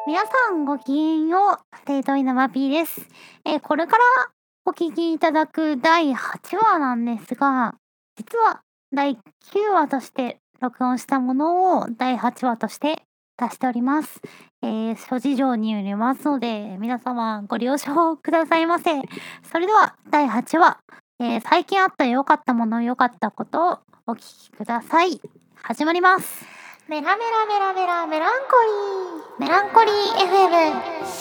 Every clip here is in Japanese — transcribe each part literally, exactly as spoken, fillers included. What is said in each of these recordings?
皆さんごきげんよう、デートイナマピーです。えーこれからお聞きいただくだいはちわなんですが、実はだいきゅうわとして録音したものをだいはちわとして出しております。えー諸事情によりますので、皆様ご了承くださいませ。それではだいはちわ、えー最近あった良かったもの、良かったことをお聞きください。始まります。メラメラメラメラメランコリーメランコリー エフエム。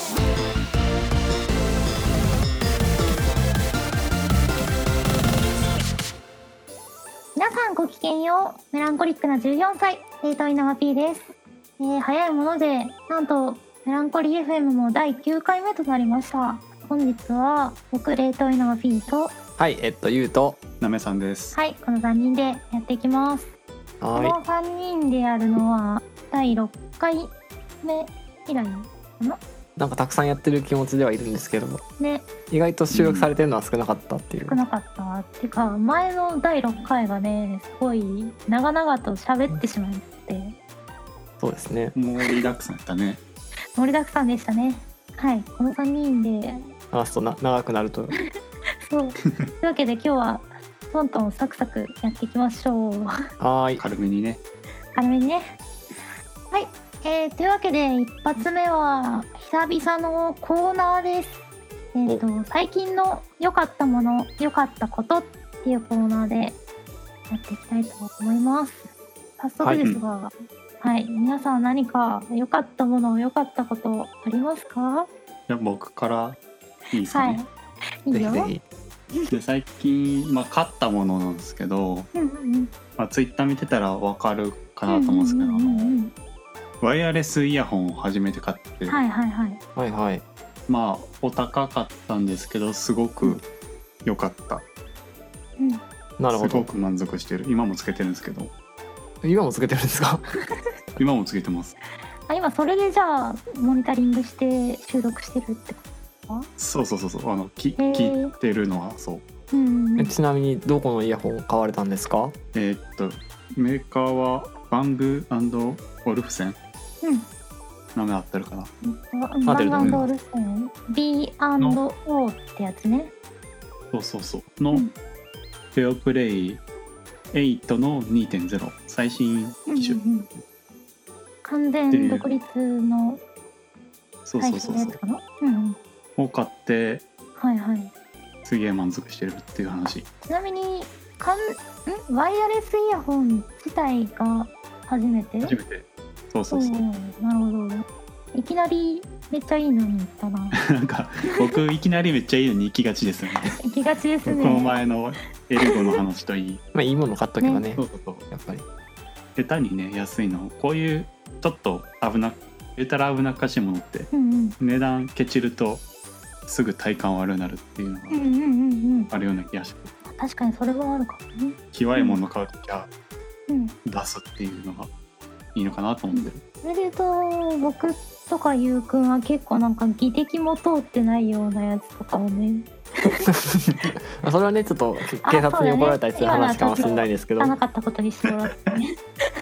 皆さんごきげんよう、メランコリックなじゅうよんさい、デートイナマピーです。えー、早いものでなんとメランコリー エフエム もだいきゅうかいめとなりました。本日は僕デートイナマピーとはい、えっと、ゆうと、 なめさんです。 はい、このさんにんでやっていきます。こはのさんにんでやるのはだいろっかいめ以来かな。 い。なんかたくさんやってる気持ちではいるんですけども、 ね、 意外と収録されてるのは少なかったっていう。 少なかったっていうか、前のだいろっかいがねすごい長々と喋ってしまってそうですね。 盛りだくさんやったね。 盛りだくさんでしたね。はい、このさんにんで話すとな長くなると。 そうというわけで今日はトントンサクサクやっていきましょう。 はーい。 軽めにね。 軽めにね。はい、えー、というわけで一発目は久々のコーナーです。えーと最近の良かったもの、良かったことっていうコーナーでやっていきたいと思います。早速ですが、はい、皆さん何か良かったもの、良かったことありますか？ じゃあ僕からいいですかはね。 い、いいよ。 ぜひぜひ。 で最近まあ買ったものなんですけど、 うんうんうんまあツイッター見てたらわかるかなと思うんですけど、 うんうんうんうんワイヤレスイヤホンを初めて買って、 はいはいはい。 はいはい。 まあお高かったんですけどすごく良かった。 うん、 なるほど。 すごく満足してる。今もつけてるんですけど、 今もつけてるんですか？ 今もつけてます。 あ、今それでじゃあモニタリングして収録してるってことか？ そうそうそうそう。あのきへー聞いてるのはそう。 うんうんうんえちなみにどこのイヤホンを買われたんですか？ えーっとメーカーはバンブーオルフセン。 うん名前合ってるかな。 バンバン合ってると思いますドールセン ビーアンドオー ってやつね。 そうそうそうの、 うんフェオプレイエイトの にてんゼロ 最新機種、 うんうんうん、完全独立のそう最そうそうそう新のやつかな。うんうんを買ってはいはい。 すげえ満足してるっていう話。 ちなみにかんんワイヤレスイヤホン自体が初めて？ 初めて。そうそうそう、 おーなるほど。いきなりめっちゃいいのに行ったな。 なんか僕いきなりめっちゃいいのに行きがちですよね。 行きがちですね。 この前のエルゴの話といい、 まあいいもの買っとけばね。 そうそうそうやっぱり。 下手にね安いのこういうちょっと危な言ったら危なっかしいものってうんうん値段ケチるとすぐ体感悪くなるっていうのがうんうんうんうん。 あるような気がして、 確かにそれはあるかもね。 きわいもの買うときはうん。 出すっていうのがいいのかなと思ってる。 それで言うと僕とかゆうくんは結構なんか技的も通ってないようなやつとかをね。 まあそれはねちょっとあ警察に怒られたりするそうだね話かもしれないですけど、 汚かったことにしてもらってね。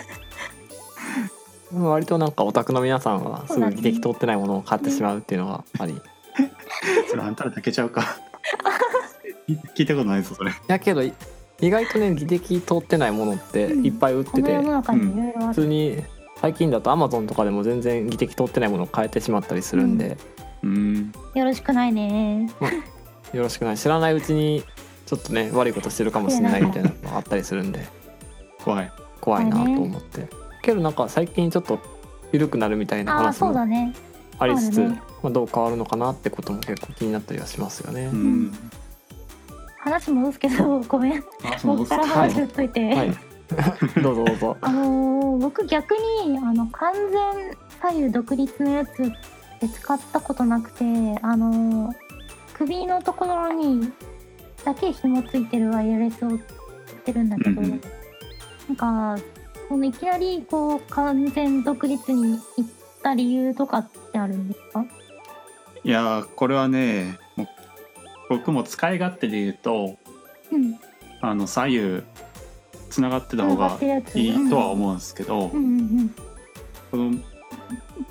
割となんかオタクの皆さんはすぐ技的通ってないものを買ってしまうっていうのがあり。いそれあんたらだけちゃうか。聞いたことないですそれ。 やけど意外とね技的通ってないものっていっぱい売ってこのて、 世の中にいろいろある。 普通に最近だと Amazon とかでも全然技的通ってないものを買えてしまったりするんで、 うーんよろしくないね。 よろしくない。知らないうちにちょっとね悪いことしてるかもしれないみたいなのがあったりするんで怖い。 怖いなと思って、けどなんか最近ちょっと緩くなるみたいなああ話もそうだね。 ありつつ、 あるねまあ、どう変わるのかなってことも結構気になったりはしますよね。 うーん話戻すけどごめん。 あそう僕から話しといて。 はいどうぞどうぞ。 あのー僕逆にあの完全左右独立のやつって使ったことなくて、あのー首のところにだけ紐ついてるワイヤレスを売ってるんだけど、 うんうんなんかこのいきなりこう完全独立に行った理由とかってあるんですか？ いやーこれはねもう僕も使い勝手で言うとうん。 あの左右つながってた方がいいとは思うんですけど、 うんうんうん。 この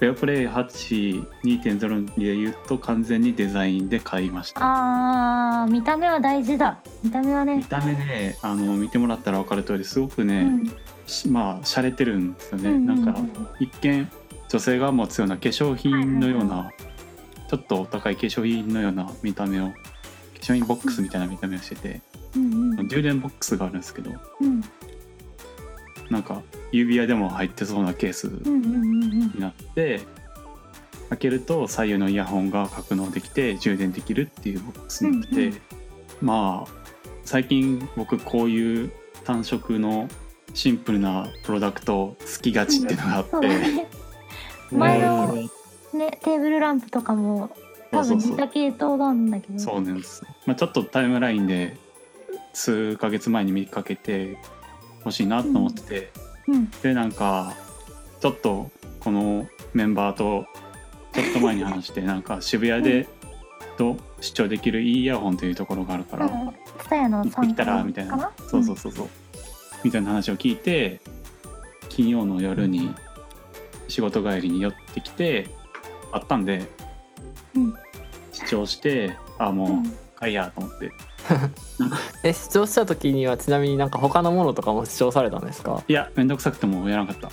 ペアプレイはち にてんゼロ で言うと完全にデザインで買いました。 あー、見た目は大事だ。見た目はね。 見た目ね、あの見てもらったら分かる通りすごくね、うん、まあ洒落てるんですよね、うんうんうん、なんか一見女性が持つような化粧品のような、はいはいはい、ちょっとお高い化粧品のような見た目を、化粧品ボックスみたいな見た目をしてて、うんうん、充電ボックスがあるんですけど、うん、なんか指輪でも入ってそうなケースになって、開けると左右のイヤホンが格納できて充電できるっていうボックスになってて、うんうん、まあ最近僕こういう単色のシンプルなプロダクト好きがちっていうのがあって、 うん、前の、ね、テーブルランプとかも多分似た系統なんだけど、 そうなんです、まあ、ちょっとタイムラインで数ヶ月前に見かけて欲しいなと思ってて、うんうん、でなんかちょっとこのメンバーとちょっと前に話してなんか渋谷でと視聴できるいいイヤホンというところがあるから、うん、 ツタヤの行ってきたらみたいな、そうそうそうそう、うん、みたいな話を聞いて、金曜の夜に仕事帰りに寄ってきてあったんで、うん、視聴してあもう、うん、買いやと思ってえ視聴した時にはちなみになんか他のものとかも視聴されたんですか？ いやめんどくさくてもやらなか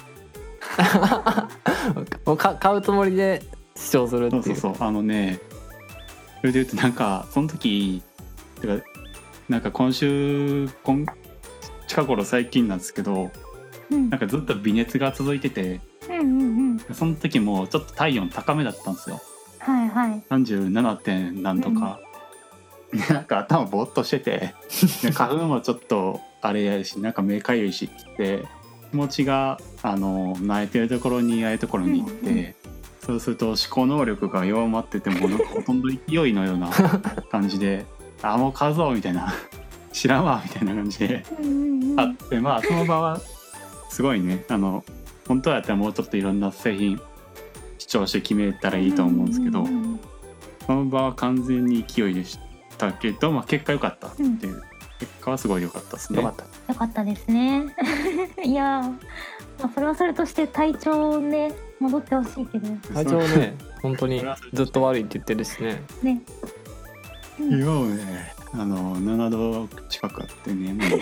ったもうか買うつもりで視聴するっていう。 そうそうそう、あのねそれで言うとなんかその時てかなんか今週今近頃最近なんですけど、うん、なんかずっと微熱が続いてて、うんうんうん、その時もちょっと体温高めだったんですよ。 はいはい。 さんじゅうななてんなんとか、うん、なんか頭ぼーっとしてて花粉もちょっとあれやしなんか目かゆいしって気持ちがあの慣れてるところにああいうところに行って、うんうん、そうすると思考能力が弱まっててもなんかほとんど勢いのような感じであもう買うぞみたいな知らんわみたいな感じであって、まあその場はすごいね、あの本当やったらもうちょっといろんな製品視聴して決めたらいいと思うんですけど、その場は完全に勢いでしたけど、まあ、結果良かったっていう、うん、結果はすごい良かったですね。 良かった良かったですねいや、まあ、それはそれとして体調ね戻ってほしいけど、 体調ね本当にずっと悪いって言ってるしね。 ね、 うん、今もねあのななど近くあってねもう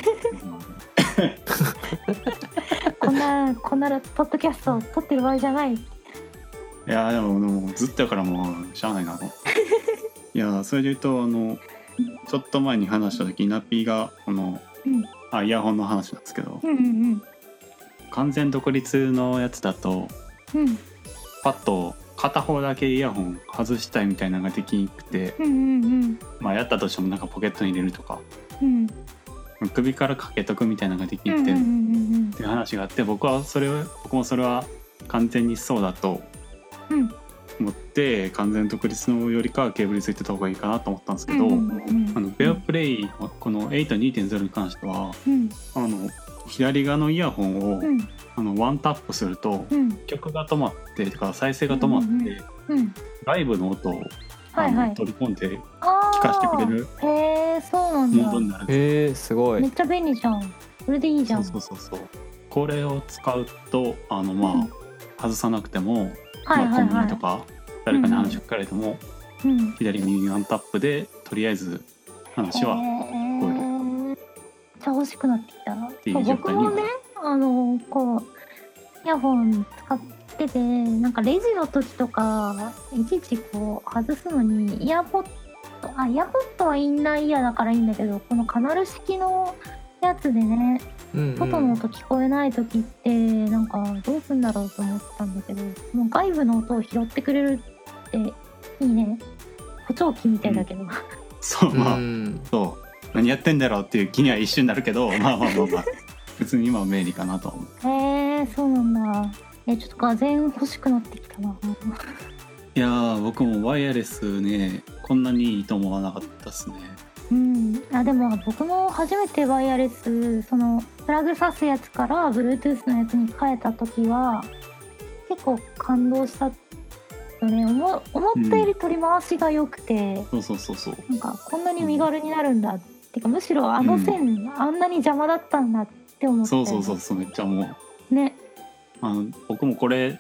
こんなこんなポッドキャストを撮ってる場合じゃない。いやでも、でもずっとやからもうしゃあないな。いやそれで言うとあのちょっと前に話した時ナッピーがこの、うん、あイヤホンの話なんですけど、うんうんうん、完全独立のやつだと、うん、パッと片方だけイヤホン外したいみたいなのができなくて、うんうんうん、まあやったとしてもなんかポケットに入れるとか、うん、首からかけとくみたいなのができなくて、うんうんうんうん、っていう話があって、僕はそれを僕もそれは完全にそうだと思って、うん、完全独立のよりかはケーブルついてた方がいいかなと思ったんですけど、うんうんうん、あのベアプレイこの エイトにてんゼロ に関しては、うん、あの左側のイヤホンを、うん、あのワンタップすると、うん、曲が止まってとか再生が止まって、うんうん、ライブの音を、はいはい、取り込んで聞かせてくれるへーそうなんだ。 モードになる。 へーすごい。 めっちゃ便利じゃん。それでいいじゃん。 そうそうそうそう。これを使うとあのまあ、うん、外さなくても、はいはいはい、まあ、コンビニとか誰かに話しかけられても、うん、左右ワンタップでとりあえず話は聞こえる。 めっちゃ欲しくなってきたっていう状態に。僕もねあのこうイヤホン使っててなんかレジの時とかいちいちこう外すのにイヤポッドあイヤポッドはインナーイヤーだからいいんだけど、このカナル式のやつでね、うんうん、外の音聞こえない時ってなんかどうすんだろうと思ったんだけど、もう外部の音を拾ってくれるっていいね。補聴器みたいだけど、うん、 そうまあ、うん、そう何やってんだろうっていう気には一瞬なるけどまあまあまあまあ別に今は便利かなと思う。 へえー、そうなんだ。えちょっと画然欲しくなってきたな。 いやー僕もワイヤレスねこんなにいいと思わなかったっすね。 うん、あでも僕も初めてワイヤレスそのプラグ挿すやつから Bluetooth のやつに変えた時は結構感動したよね。思, 思ったより取り回しが良くて、 うん、そうそうそうそう、 なんかこんなに身軽になるんだ、うん、ってかむしろあの線、うん、あんなに邪魔だったんだって思って、 そうそうそうそうめっちゃ思うね。 あの僕もこれ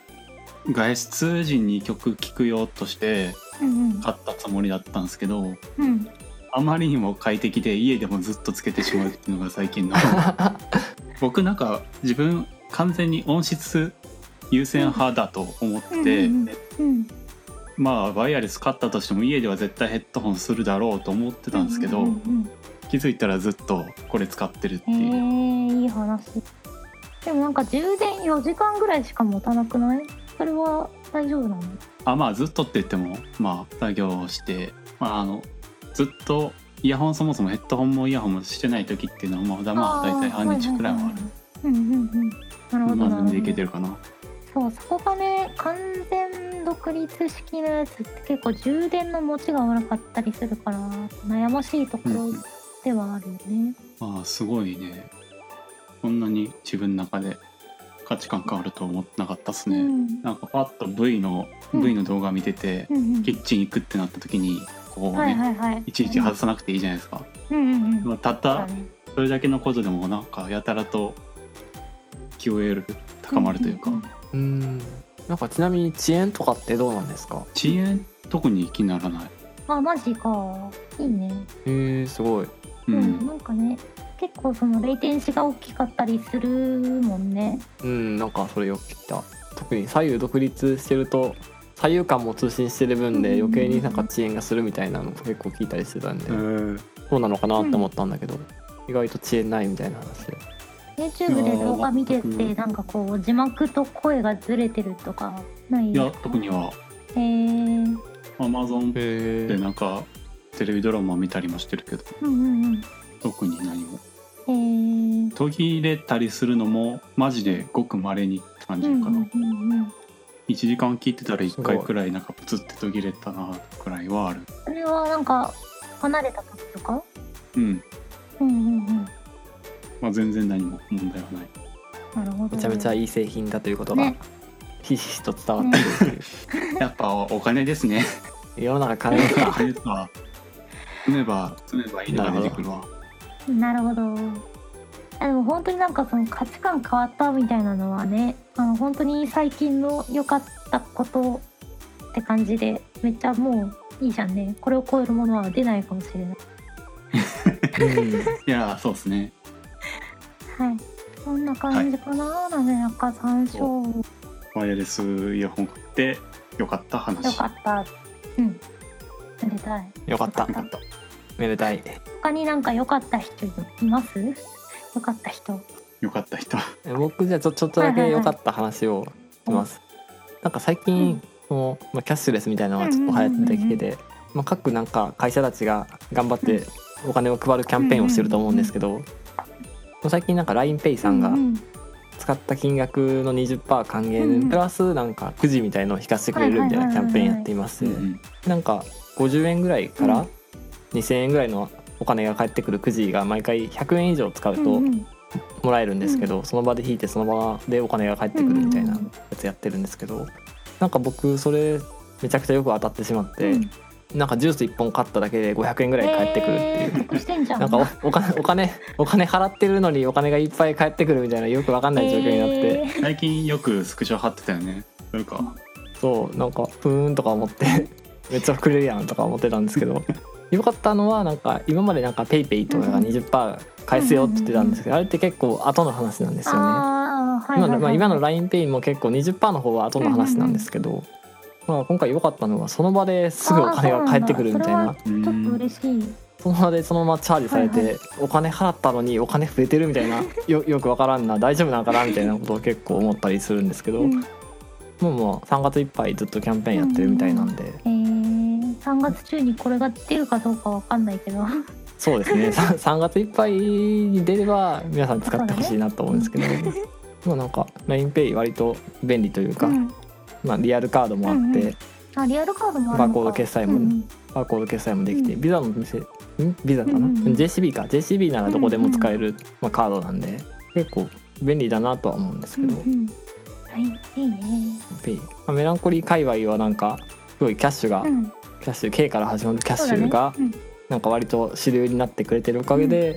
外出時に曲聴くようとしてうんうん買ったつもりだったんですけど、 うんあまりにも快適で家でもずっとつけてしまうっていうのが最近の僕なんか自分完全に音質優先派だと思ってて、 うんうんまあワイヤレス買ったとしても家では絶対ヘッドホンするだろうと思ってたんですけど、 うんうん気づいたらずっとこれ使ってるってうん、 いう、 えー、いい話。でもなんか充電よじかんぐらいしか持たなくない？それは大丈夫なの？ あまあずっとって言ってもまあ作業してまああのずっとイヤホンそもそもヘッドホンもイヤホンもしてない時っていうのはまだまあ大体半日くらいはある。 うんうんうん。なるほどなるほど。 まあ全然いけてるかな。 そうそこがね完全独立式のやつって結構充電の持ちが悪かったりするから悩ましいところではあるよね。 まあすごいね。こんなに自分の中で価値観変わると思ってなかったっすね。 うんなんかパッと V の、 うん V の動画見てて、 うんうんキッチン行くってなった時にこうね、 はいはいはい。 いちいち外さなくていいじゃないですか。 うんうんうん。 まあ、たったそうだねそれだけのことでもなんかやたらと キューエル 高まるというか、 んんんうーんなんかちなみに遅延とかってどうなんですか？ 遅延特に気にならない。 あマジかいいね。 へえすごい。 ううん、 ん、 なんかね結構そのレイテンシが大きかったりするもんね。 うんなんかそれよく聞いた。特に左右独立してると左右間も通信してる分で余計になんか遅延がするみたいなの結構聞いたりしてたんで、 えーそうなのかなって思ったんだけど、意外と遅延ないみたいな話で。 YouTube で動画見ていやてーなんかこう字幕と声がずれてるとかない？ いや特にはへー Amazon へえでなんかテレビドラマ見たりもしてるけどうんうんうん特に何もへー途切れたりするのもマジでごく稀にって感じかな、 うんうんうんうんいちじかん聞いてたらいっかいくらいなんかプツって途切れたなくらいはある。 それはなんか離れた時とか？ うんうんうんうんまあ全然何も問題はない。 なるほど。 めちゃめちゃいい製品だということがねひしひしと伝わってくるっていう、 やっぱお金ですね。 世の中金ですおか？ 金とは積めば積めばいいのが出てくるわ。 なるほど。あでも本当になんかその価値観変わったみたいなのはねあの本当に最近の良かったことって感じでめっちゃもういいじゃんね。これを超えるものは出ないかもしれない。 うんいやそうですね。 はいそんな感じかな。なめらか参照ワイヤレスイヤホン買ってよかった話。 よかった。うんめでたい。 よかったよかった。 めでたい。 他になんか良かった人います良かった人。 よかった人。 僕じゃあちょちょっとだけ良かった話をします。なんか最近その、まあ、キャッシュレスみたいなのがちょっと流行ってきてて、まあ、各なんか会社たちが頑張ってお金を配るキャンペーンをしてると思うんですけど、最近なんか ラインペイ さんがうん使った金額の にじゅっパーセント 還うんう元んプラスなんかくじみたいのを引かせてくれるみたいなキャンペーンやっていまして、 うんうんなんかごじゅうえんぐらいかうらにせんえんぐらいのお金が返ってくるくじが毎回ひゃくえん以上使うとうんうんもらえるんですけど、その場で引いてその場でお金が返ってくるみたいなやつやってるんですけど、なんか僕それめちゃくちゃよく当たってしまって、 うんなんかジュースいっぽん買っただけでごひゃくえんぐらい返ってくるっていう、 えー得してんじゃん。 なんか お, お金お金お金払ってるのにお金がいっぱい返ってくるみたいなよくわかんない状況になって、 えー最近よくスクショ貼ってたよね。それか。 そうなんかふーんとか思ってめっちゃくれるやんとか思ってたんですけど、よかったのはなんか今までなんかペイペイとかが にじゅっパーセント 返すよって言ってたんですけど、あれって結構後の話なんですよね。 あーはいはいはい今のまあ今の ラインペイ も結構 にじゅっパーセント の方は後の話なんですけど、まあ今回良かったのはその場ですぐお金が返ってくるみたいな、 あーそうなんだそれはちょっと嬉しい。 その場でそのままチャージされて、 はいはお金払ったのにお金増えてるみたいなよよくわからんな大丈夫なんかなみたいなことを結構思ったりするんですけど、 うんもうもうさんがついっぱいずっとキャンペーンやってるみたいなんで、 えー、さんがつ中にこれが出るかどうかわかんないけどそうですねささんがついっぱいに出れば皆さん使ってほしいなと思うんですけど、まあなんか ラインペイ 割と便利というか、 うんまあ、リアルカードもあって、 うんうんあリアルカードもあるのか。 バーコード決済もうんバーコード決済もできて、 うんビザの店んビザかな、 うんうんうんジェーシービー か ジェーシービー ならどこでも使える、まあ、カードなんで結構便利だなとは思うんですけど、 うんうんはいいいね。 ペイまあ、メランコリー界隈はなんかすごいキャッシュが、 うんキャッシュ K から始まるキャッシそうだねュがうんなんか割と主流になってくれてるおかげで、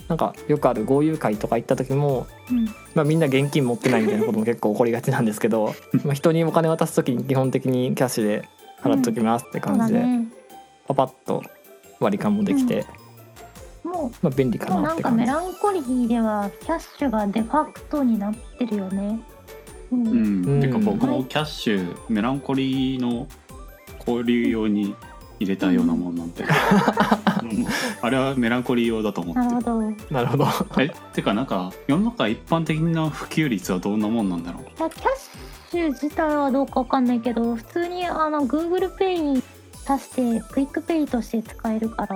なんかよくある豪遊会とか行った時も、 うんまあ、みんな現金持ってないみたいなことも結構起こりがちなんですけどまあ人にお金渡す時に基本的にキャッシュで払っときますって感じで、 そうだね、 パパッと割り勘もできて、 もまあ、便利かうもうなんかなって感じ。 メランコリーではキャッシュがデファクトになってるよね。うんううんん、てか僕もキャッシュメランコリーの交流用に入れたようなもんなんで、うんあれはメランコリー用だと思ってなるほど。いなるほどえてかなんか世の中一般的な普及率はどんなもんなんだろう。 やキャッシュ自体はどうかわかんないけど、普通にあの Google Pay に足してクイックペイとして使えるから、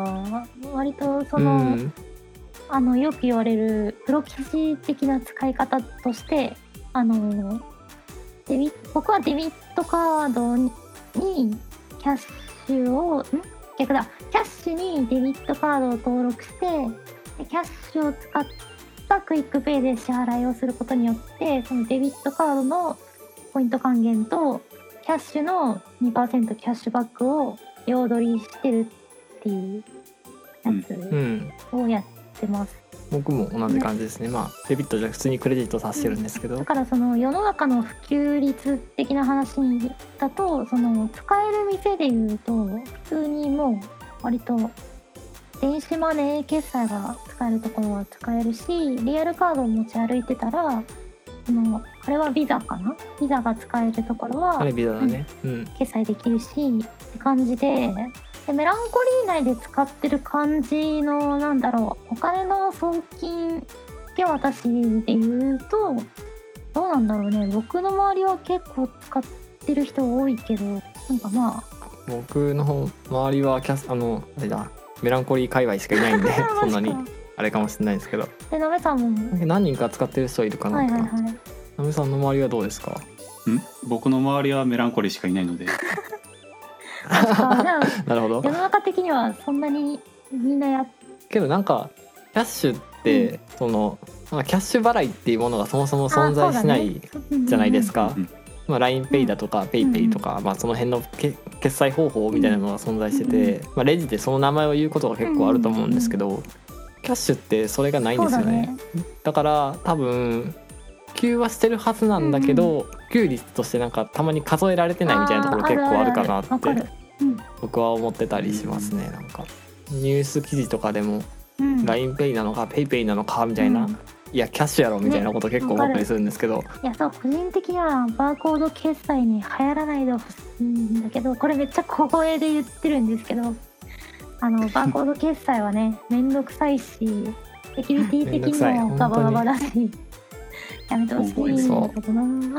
割とその、 うんあのよく言われるプロ棋士的な使い方として、あのデビ僕はデビットカードにキャッシュをん逆だキャッシュにデビットカードを登録して、でキャッシュを使ったクイックペイで支払いをすることによって、そのデビットカードのポイント還元とキャッシュの にパーセント キャッシュバックを両取りしてるっていうやつうんをやってます。 僕も同じ感じですね。まあデビットじゃ普通にクレジットさせてるんですけど、 だからその世の中の普及率的な話だと、その使える店でいうと普通にもう割と電子マネー決済が使えるところは使えるし、リアルカードを持ち歩いてたら、そのあれはビザかなビザが使えるところはあれビザだね。うん決済できるしって感じで、でメランコリー内で使ってる感じのなんだろう、お金の送金受け渡しで言うとどうなんだろうね。僕の周りは結構使ってる人多いけど、なんかまあ僕の周りはキャスあのあれだメランコリー界隈しかいないんでそんなにあれかもしれないですけど、 でなべさんも何人か使ってる人いるかなとか。 はいはいはいなめさんの周りはどうですか？ ん僕の周りはメランコリーしかいないので確かじゃあなるほど世の中的にはそんなにみんなやっけどなんかキャッシュって、うん、そのなんかキャッシュ払いっていうものがそもそも存在しないじゃないですか。まあ、ラインペイ だとか PayPay とか、まあ、その辺のけ決済方法みたいなのが存在してて、まあ、レジでその名前を言うことが結構あると思うんですけど、キャッシュってそれがないんですよね。だから多分普及はしてるはずなんだけど、普及率としてなんかたまに数えられてないみたいなところ結構あるかなって僕は思ってたりしますね。なんかニュース記事とかでも ラインペイ なのか PayPay なのかみたいな、いやキャッシュやろみたいなこと結構思ったりするんですけど、ね、 いやそう個人的にはバーコード決済に流行らないでほしいんだけど、これめっちゃ小声で言ってるんですけど、あのバーコード決済はねめんどくさいしセキュリティ的にもガバガバだしやめてほしいんだけどな。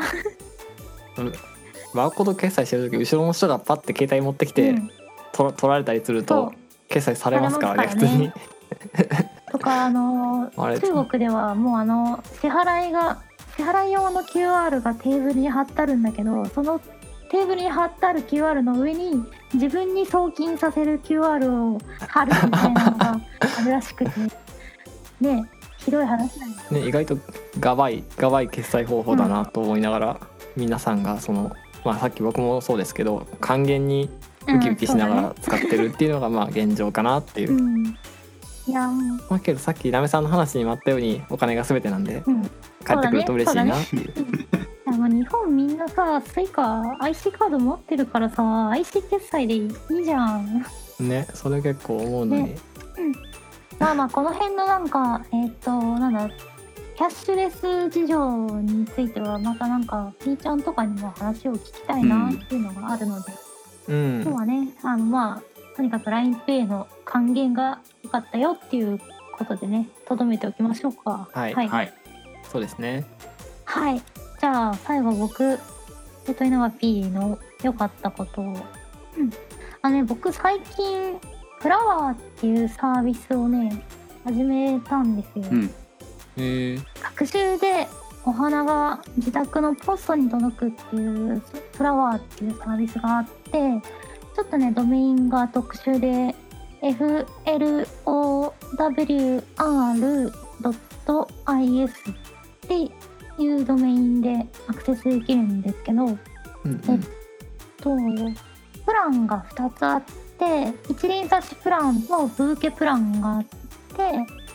バーコード決済してる時後ろの人がパッて携帯持ってきて、うん、取られたりすると決済されますからね普通にとかあの中国ではもうあの支払いが支払い用の キューアール がテーブルに貼ってあるんだけど、そのテーブルに貼ってある キューアール の上に自分に送金させる キューアール を貼るみたいなのがあるらしくてね、ひどい話なんですね。意外とガバいガバい決済方法だなと思いながら、うん、皆さんがその、まあ、さっき僕もそうですけど還元にウキウキしながら使ってるっていうのがまあ現状かなっていう、うん、 いやまあ、けどさっきなめさんの話にもあったようにお金が全てなんで、うん、帰ってくると嬉しいなっていう。 でも日本みんなさスイカ アイシー カード持ってるからさ アイシー 決済でいいじゃんね。それ結構思うのに、ね、 うん、まあまあこの辺のなんかえっとなんだキャッシュレス事情についてはまたなんかピーちゃんとかにも話を聞きたいなっていうのがあるので、うん、今日はねあのまあとにかく ラインペイ の還元が良かったよっていうことでねとどめておきましょうか。 はい、はいはい、そうですね。 はい、じゃあ最後僕瀬戸稲葉 P の良かったことを、うん、あのね僕最近フラワーっていうサービスをね始めたんですよ。うんえー、 隔週でお花が自宅のポストに届くっていうフラワーっていうサービスがあって、ちょっとねドメインが特殊で エフエルオーダブリューアールドットアイエス っていうドメインでアクセスできるんですけど、うんうん、えっとプランがふたつあって、一輪挿しプランとブーケプランがあって、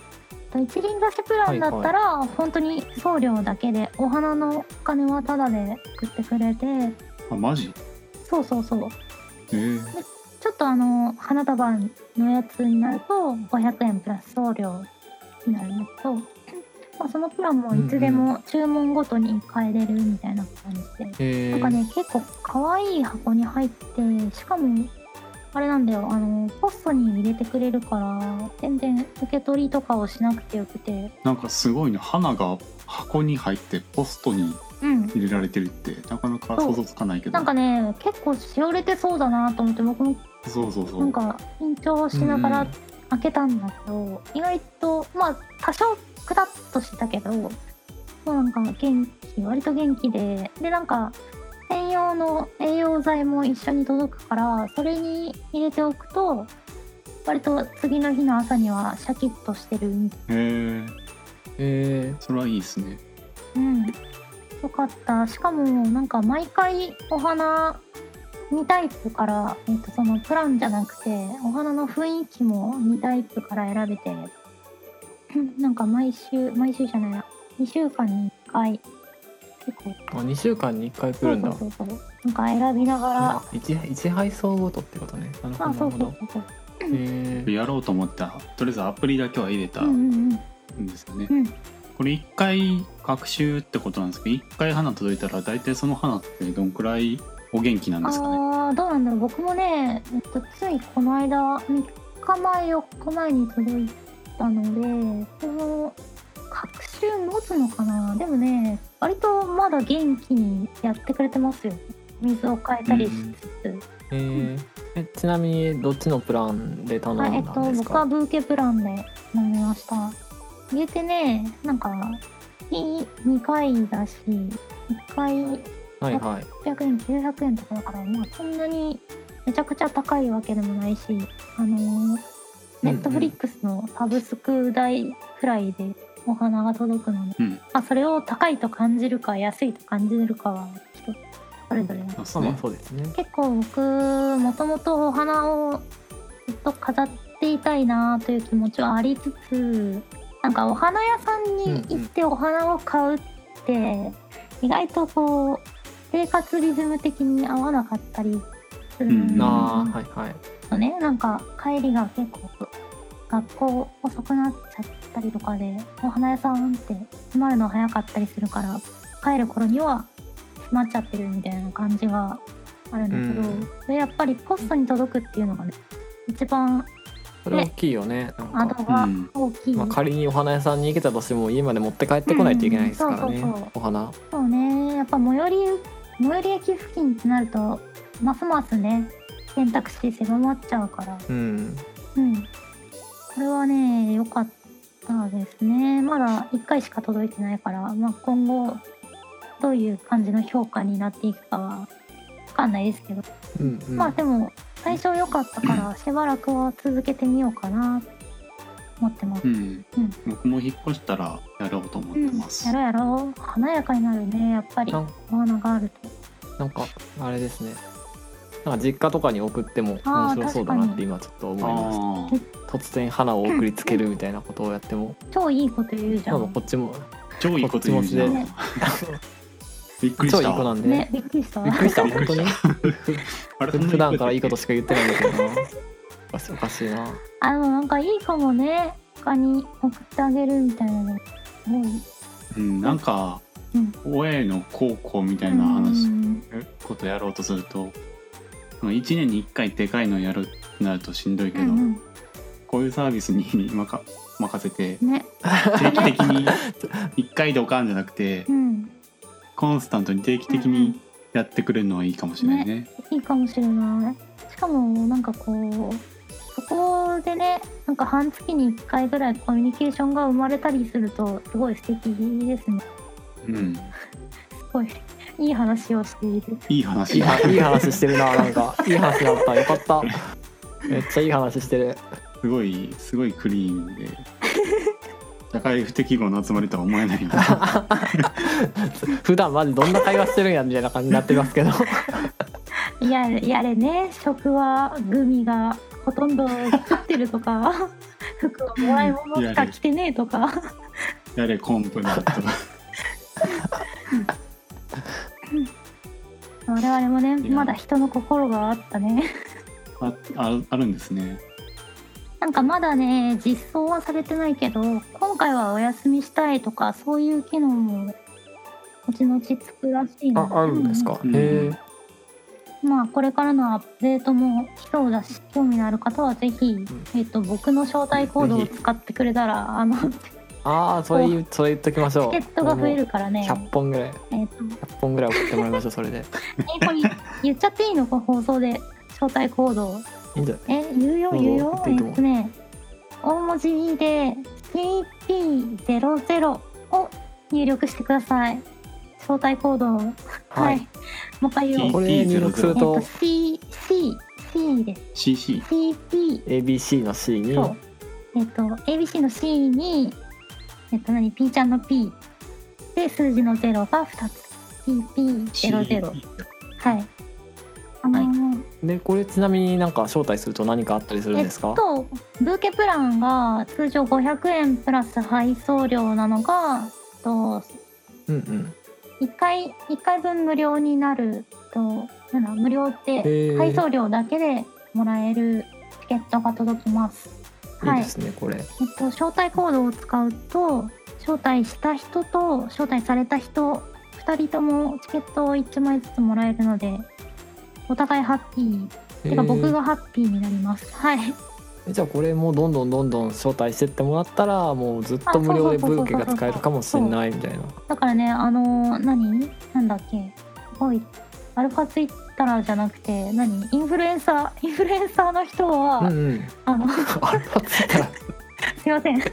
一輪挿しプランだったら、はいはい、本当に送料だけでお花のお金はタダで送ってくれて。 あ、マジ？ そうそうそう。 へー。 ちょっとあの花束のやつになるとごひゃくえんプラス送料になるんだけど、まあ、そのプランもいつでも注文ごとに変えれるみたいな感じで、うんうん、なんかね結構可愛い箱に入って、しかもあれなんだよ、あのポストに入れてくれるから全然受け取りとかをしなくてよくて。 なんかすごいね、花が箱に入ってポストに入れられてるって、うん、なかなか想像つかないけど、 なんかね結構しおれてそうだなと思って、僕もそうそうそう、 なんか緊張しながら開けたんだけど、うん、意外とまあ多少くたっとしたけど、もうなんか元気、割と元気で、でなんか専用の栄養剤も一緒に届くから、それに入れておくと割と次の日の朝にはシャキッとしてる。 へえ、へえ、それはいいですね。 うん、よかった。しかもなんか毎回お花にタイプから、えーと、そのプランじゃなくてお花の雰囲気もにタイプから選べて、なんか毎週毎週じゃないなにしゅうかんにいっかい結構、 あ、にしゅうかんにいっかい来るんだ。 そうそうそうそう、なんか選びながら 1, 1配送ごとってことね。なるほど、なるほど。 へー、やろうと思ったとりあえずアプリだけは入れたんですよね、うんうんうん、これいっかい学習ってことなんですけど、いっかい花届いたら大体その花ってどんくらいお元気なんですかね。 あ、どうなんだろう。僕もね、えっと、ついこの間みっかまえよっかまえに届いたので、その学習持つのかな。でもね割とまだ元気にやってくれてますよ。水を変えたりしつつ、うん、 えー、えちなみにどっちのプランで頼んだんですか？ えっと、僕はブーケプランで飲みました。入れてね、なんかにかいだしいっかいはいはい、 はっぴゃくえんきゅうひゃくえんとかだから、まあそんなにめちゃくちゃ高いわけでもないし、あのー、ネットフリックスのサブスク代くらいでお花が届くので、うん、まあ、それを高いと感じるか安いと感じるかは人それぞれなんです、 ね、そうですね。 結構僕もともとお花をずっと飾っていたいなという気持ちはありつつ、なんかお花屋さんに行ってお花を買うって意外とこう生活リズム的に合わなかったりするので、うん、 あー、はいはいね、なんか帰りが結構学校遅くなっちゃったりとかで、お花屋さんって閉まるの早かったりするから帰る頃には閉まっちゃってるみたいな感じがあるんだけど、うん、それやっぱりポストに届くっていうのがね一番それ大きいよね。 なんかアドが大きい、 うんまあ、仮にお花屋さんに行けたとしても家まで持って帰ってこないといけないですからね、うん、そうそうそう、お花。 そうね、やっぱ最寄り最寄り駅付近ってなるとますますね選択肢狭まっちゃうから、 うんうん、これはね良かったですね。まだいっかいしか届いてないから、まあ、今後どういう感じの評価になっていくかは分かんないですけど、 うんうん、 まあでも最初良かったからしばらくは続けてみようかなと思ってます、 うんうん、僕も引っ越したらやろうと思ってます、 うん、やろうやろう。華やかになるねやっぱりお花があると。 なんかあれですね、なんか実家とかに送っても面白そうだなって今ちょっと思いました。突然花を送りつけるみたいなことをやっても超いいこと言うじゃん。 こっちも超いいこと言うじゃん、ね、びっくりした。 超いい子なんで、 ね、びっくりしたびっくりした本当に普段からいいことしか言ってないんだけどなおかしいな。 あのなんかいいかもね、他に送ってあげるみたいなの、 うん、なんか、うん、親への孝行みたいな話、うん、ことやろうとするといちねんにいっかいでかいのやるってなるとしんどいけど、うんうん、こういうサービスに任せて、ね、定期的にいっかいドカンじゃなくて、うん、コンスタントに定期的にやってくれるのはいいかもしれない ね, ねいいかもしれない。しかもなんかこうそこでね、なんか半月にいっかいぐらいコミュニケーションが生まれたりするとすごい素敵ですね。 うん、すごいいい話をしている。 いい話いい話してるな。なんかいい話だった。よかった。めっちゃいい話してる。 すごいすごいクリーンで社会不適合の集まりとは思えないよ普段マジどんな会話してるんやみたいな感じになってますけどいややれね、職はグミがほとんど作ってるとか服をもらい物しか着てねえとかやれコンプだとか我々もねまだ人の心があったねあ, あ, あるんですね。 なんかまだね実装はされてないけど今回はお休みしたいとかそういう機能も後々つくらしいのでああるんですか、 うん、 へえ。 まあこれからのアップデートも来そうだし興味のある方はぜひ、うんえー、と僕の招待コードを使ってくれたらあのああそれ言それ言っときましょう。 チケットが増えるからねひゃっぽんぐらい、 えー、とひゃっぽんぐらい送ってもらいましょうそれで。 えこれ言っちゃっていいのこの放送で招待コードいいんじゃない？ え言うよ言うよえっとね大文字で シーピーゼロゼロ を入力してください。招待コードを、はい、はい、もう一回言おう。 これ入力すると、 えっと、C C C です。 シーシーシーピーエービーシー の C にそうえっと エービーシー の C にえっと何 P ちゃんの P で数字のゼロがふたつ シーピーゼロゼロ はいあのーはい、でこれちなみになんか招待すると何かあったりするんですか？ えっとブーケプランが通常ごひゃくえんプラス配送料なのがとうんうんいっかいいっかいぶん無料になるとなんだ無料って配送料だけでもらえるチケットが届きます。 いいですね、はい、これ、えっと、招待コードを使うと招待した人と招待された人ふたりともチケットをいちまいずつもらえるのでお互いハッピーてか僕がハッピーになります。はいじゃあこれもどんどんどんどん招待してってもらったらもうずっと無料でブーケが使えるかもしれないみたいな。 だからねあのー、何なんだっけおいアルファツイッターじゃなくて何インフルエンサーインフルエンサーの人は、うんうん、あのアルファツイッターすいません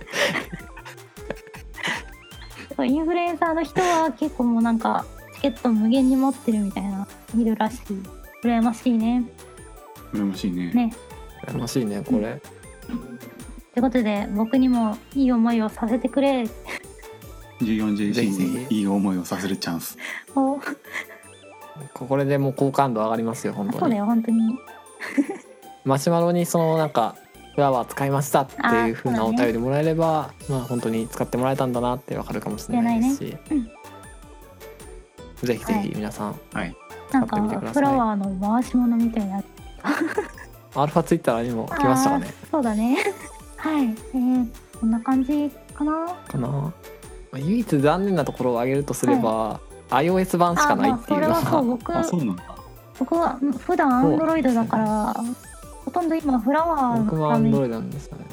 インフルエンサーの人は結構もうなんかチケット無限に持ってるみたいないるらしい。羨ましいね。 羨ましいね。 ね羨ましいねこれ。 ということで僕にもいい思いをさせてくれ。 じゅうよんジェーシー にいい思いをさせるチャンス。 おこれでもう好感度上がりますよ本当に。 そうだよ本当に。 マシュマロにそのなんかフラワー使いましたっていう風なお便りもらえれば、ね、まあ本当に使ってもらえたんだなってわかるかもしれないですし、ねうん、ぜひぜひ皆さん、 はい、 使ってみてください。 なんかフラワーの回し物みたいな。 アルファツイッターにも来ましたかね。 そうだね。はい、えー、こんな感じかな。 かな。唯一残念なところを挙げるとすれば、はい、iOS 版しかないっていうのが。 あ、まあ、それはそう僕。 あ、そうなんだ。 僕は普段 Android だから、ほとんど今フラワーの僕も Android なんですよね。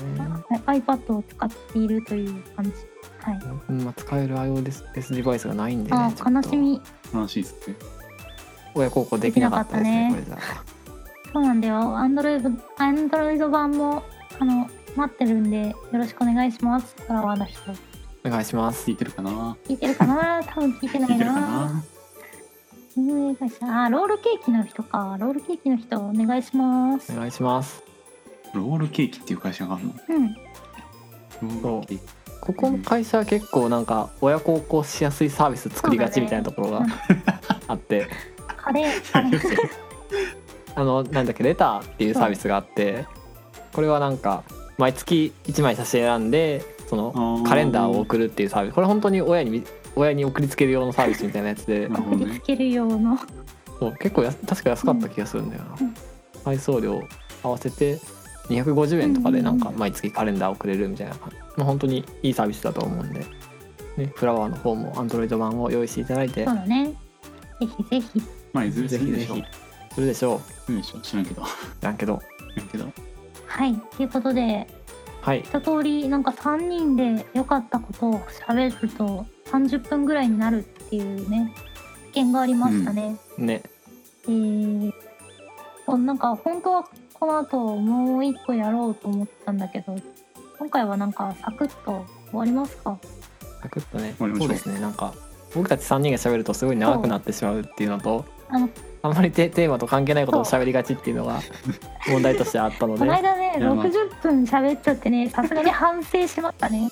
iPad を使っているという感じ。はい。 うん、まあ、使える iOS デバイスがないんで、ね、 あ、悲しみ。 悲しいですね。 親孝行できなかったですね。これじゃ。 そうなんだよ。Android Android 版もあの待ってるんでよろしくお願いします。フラワーの人。 お願いします。 聞いてるかな。 聞いてるかな。多分聞いてないな。運営会社、あ、ロールケーキの人か。ロールケーキの人お願いします。 お願いします。 ロールケーキっていう会社があるの？ うん。 そう。ここの会社は結構なんか親孝行しやすいサービス作りがちみたいなところがあって。 カレー。カレーあのなんだっけレターっていうサービスがあって、これはなんか毎月いちまい写真選んでそのカレンダーを送るっていうサービス。これ本当に親に親に送りつける用のサービスみたいなやつで、 送りつける用のそう結構や確か安かった気がするんだよな、うん、配送料合わせてにひゃくごじゅうえんとかでなんか毎月カレンダーをくれるみたいな、まあ、本当にいいサービスだと思うんで、ね、フラワーの方も Android 版を用意していただいて、 そうだね、ぜひぜひ、 まあいずれするでしょう。 するでしょう。 するでしょう。知らんけど。 知らんけど。 知らんけど。 はい、ということで、 はい、 一通りなんかさんにんで良かったことを喋るとさんじゅっぷんぐらいになるっていうね意見がありましたね。 うん、ね。 えー、なんか本当はこの後もう一個やろうと思ったんだけど、今回はなんかサクッと終わりますか？ サクッとね。そうですね。なんか僕たちさんにんが喋るとすごい長くなってしまうっていうのと、あのあまりテーマと関係ないことを喋りがちっていうのが問題としてあったので、 この間ねろくじゅっぷん喋っちゃってね、さすがに反省しましたね。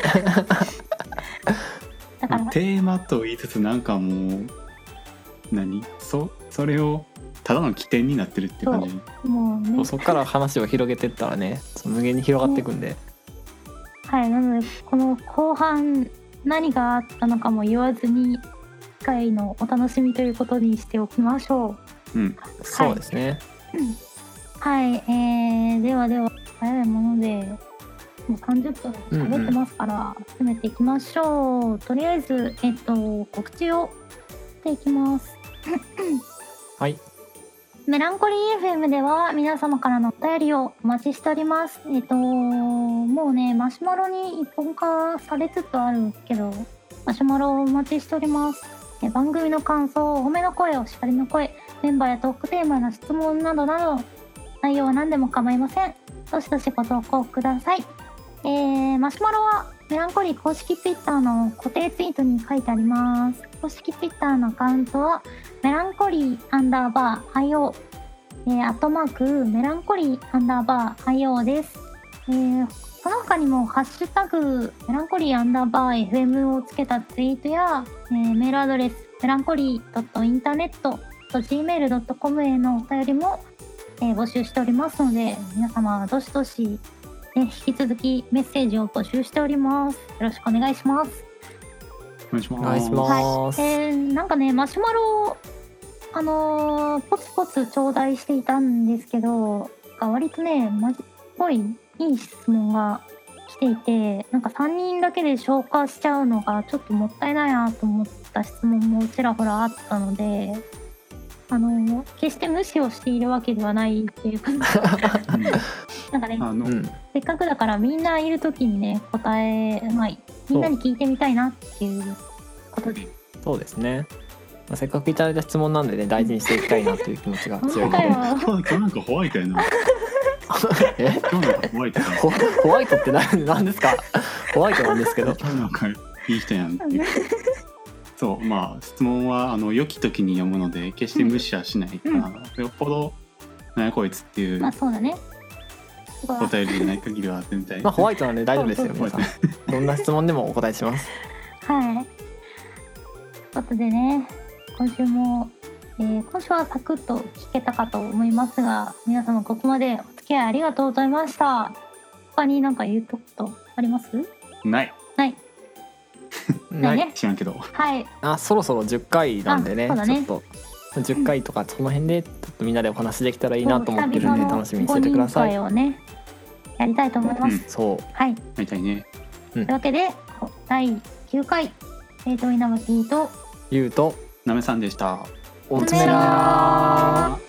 だからテーマと言いつつなんかもう何 そ, それをただの起点になってるっていう感じ。 そうもう、ね、 そこから話を広げてったらね無限に広がっていくんで、 はい、なのでこの後半何があったのかも言わずに次回のお楽しみということにしておきましょう。うん、 そうですね。 はい、えー、ではでは早いものでもうさんじゅっぷん喋ってますから、うんうん、進めていきましょう。とりあえず、えっと、告知をしていきます。 はい。 メランコリー エフエム では皆様からのお便りをお待ちしております。えっと、もうね、マシュマロに一本化されつつあるけど、マシュマロをお待ちしております。え番組の感想、お褒めの声、お叱りの声、メンバーやトークテーマの質問などなど、内容は何でも構いません。どしどしご投稿ください。えー、マシュマロはメランコリー公式 Twitter の固定ツイートに書いてあります。公式 Twitter のアカウントはメランコリーアンダーバー アイオー、えー、アットマークメランコリーアンダーバー アイオー です。えー、その他にもハッシュタグメランコリーアンダーバー エフエム をつけたツイートや、えー、メールアドレスメランコリー インターネット ジーメール ドットコム へのお便りも、えー、募集しておりますので、皆様どしどしね、引き続きメッセージを募集しております。よろしくお願いします。 お願いします。 お願いします。 はい、えー、なんかねマシュマロあのー、ポツポツ頂戴していたんですけど、割とねマジっぽいいい質問が来ていて、なんかさんにんだけで消化しちゃうのがちょっともったいないなと思った質問もちらほらあったので、あの決して無視をしているわけではないっていうかなんかね、あのせっかくだからみんないる時にね答え、まあ、みんなに聞いてみたいなっていうことで。 そうですね、まあ、せっかくいただいた質問なんでね大事にしていきたいなという気持ちが強いので今日なんかホワイトやなえ今日なんかホワイトやなホ, ホワイトって何なんですかホワイトなんですけど今日なんかいい人やんっていうそう、まあ質問はあの良き時に読むので決して無視はしないから、うん、よっぽどなんやこいつっていう、 まあそうだね、 お便りでない限りは全体まあホワイトなんで大丈夫ですよ皆さんどんな質問でもお答えしますはいということでね、今週も、えー、今週はサクッと聞けたかと思いますが、皆様ここまでお付き合いありがとうございました。他に何か言うことあります？ ないないないね、知らんけど、 はい、 あそろそろじゅっかいなんで ね, ねちょっとじゅっかいとかその辺でちょっとみんなでお話できたらいいなと思ってるんで楽しみにしててください。 ごにん会をねやりたいと思います、うん、 そうはいやりたいね、 うん、というわけでだいきゅうかい生徒稲葉Pとゆうとなめさんでした。 おつめらー。